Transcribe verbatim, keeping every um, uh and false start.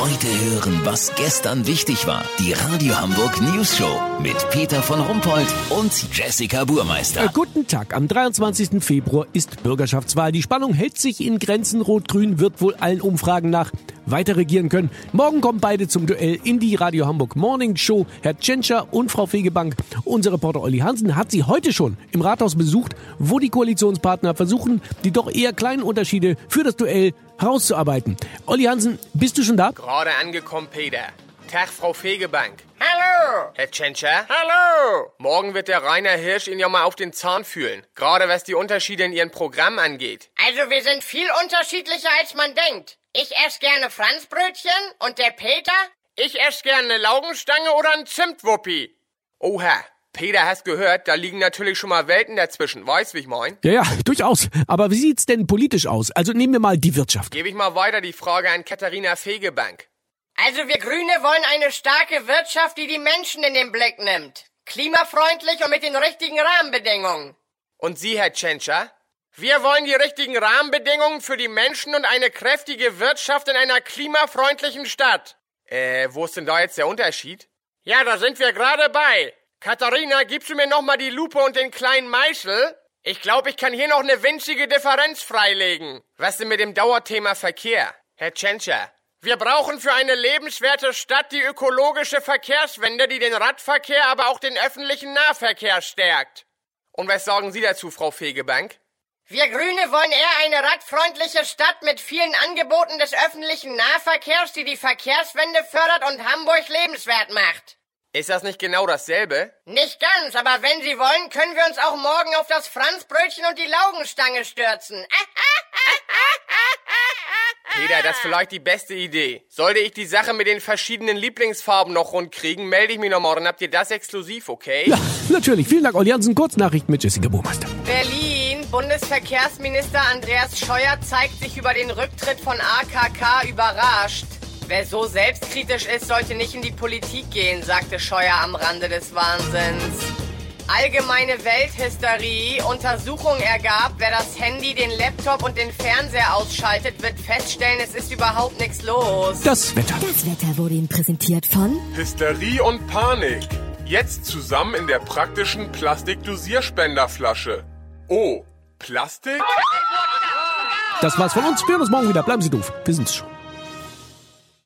Heute hören, was gestern wichtig war. Die Radio Hamburg News Show mit Peter von Rumpold und Jessica Burmeister. Äh, guten Tag. Am dreiundzwanzigsten Februar ist Bürgerschaftswahl. Die Spannung hält sich in Grenzen. Rot-Grün wird wohl allen Umfragen nach weiter regieren können. Morgen kommen beide zum Duell in die Radio Hamburg Morning Show. Herr Tschentscher und Frau Fegebank. Unser Reporter Olli Hansen hat sie heute schon im Rathaus besucht, wo die Koalitionspartner versuchen, die doch eher kleinen Unterschiede für das Duell herauszuarbeiten. Olli Hansen, bist du schon da? Gerade angekommen, Peter. Tag, Frau Fegebank. Hallo! Herr Tschentscher? Hallo! Morgen wird der Rainer Hirsch Ihnen ja mal auf den Zahn fühlen. Gerade was die Unterschiede in Ihrem Programm angeht. Also wir sind viel unterschiedlicher, als man denkt. Ich esse gerne Franzbrötchen und der Peter? Ich esse gerne eine Laugenstange oder ein Zimtwuppi. Oha, Peter, hast gehört, da liegen natürlich schon mal Welten dazwischen. Weißt, wie ich mein? Ja, ja, durchaus. Aber wie sieht's denn politisch aus? Also nehmen wir mal die Wirtschaft. Gebe ich mal weiter die Frage an Katharina Fegebank. Also wir Grüne wollen eine starke Wirtschaft, die die Menschen in den Blick nimmt. Klimafreundlich und mit den richtigen Rahmenbedingungen. Und Sie, Herr Tschentscher? Wir wollen die richtigen Rahmenbedingungen für die Menschen und eine kräftige Wirtschaft in einer klimafreundlichen Stadt. Äh, wo ist denn da jetzt der Unterschied? Ja, da sind wir gerade bei. Katharina, gibst du mir noch mal die Lupe und den kleinen Meißel? Ich glaube, ich kann hier noch eine winzige Differenz freilegen. Was denn mit dem Dauerthema Verkehr? Herr Tschentscher, wir brauchen für eine lebenswerte Stadt die ökologische Verkehrswende, die den Radverkehr, aber auch den öffentlichen Nahverkehr stärkt. Und was sagen Sie dazu, Frau Fegebank? Wir Grüne wollen eher eine radfreundliche Stadt mit vielen Angeboten des öffentlichen Nahverkehrs, die die Verkehrswende fördert und Hamburg lebenswert macht. Ist das nicht genau dasselbe? Nicht ganz, aber wenn Sie wollen, können wir uns auch morgen auf das Franzbrötchen und die Laugenstange stürzen. Peter, das ist vielleicht die beste Idee. Sollte ich die Sache mit den verschiedenen Lieblingsfarben noch rund kriegen, melde ich mich noch morgen. Habt ihr das exklusiv, okay? Ja, natürlich. Vielen Dank, Olli Hansen. Kurznachrichten mit Jessica Burmeister. Berlin. Bundesverkehrsminister Andreas Scheuer zeigt sich über den Rücktritt von A K K überrascht. Wer so selbstkritisch ist, sollte nicht in die Politik gehen, sagte Scheuer am Rande des Wahnsinns. Allgemeine Welthysterie. Untersuchung ergab, wer das Handy, den Laptop und den Fernseher ausschaltet, wird feststellen, es ist überhaupt nichts los. Das Wetter. Das Wetter wurde Ihnen präsentiert von Hysterie und Panik. Jetzt zusammen in der praktischen Plastikdosierspenderflasche. Oh, Plastik? Das war's von uns. Wir hören uns morgen wieder. Bleiben Sie doof. Wir sind's schon.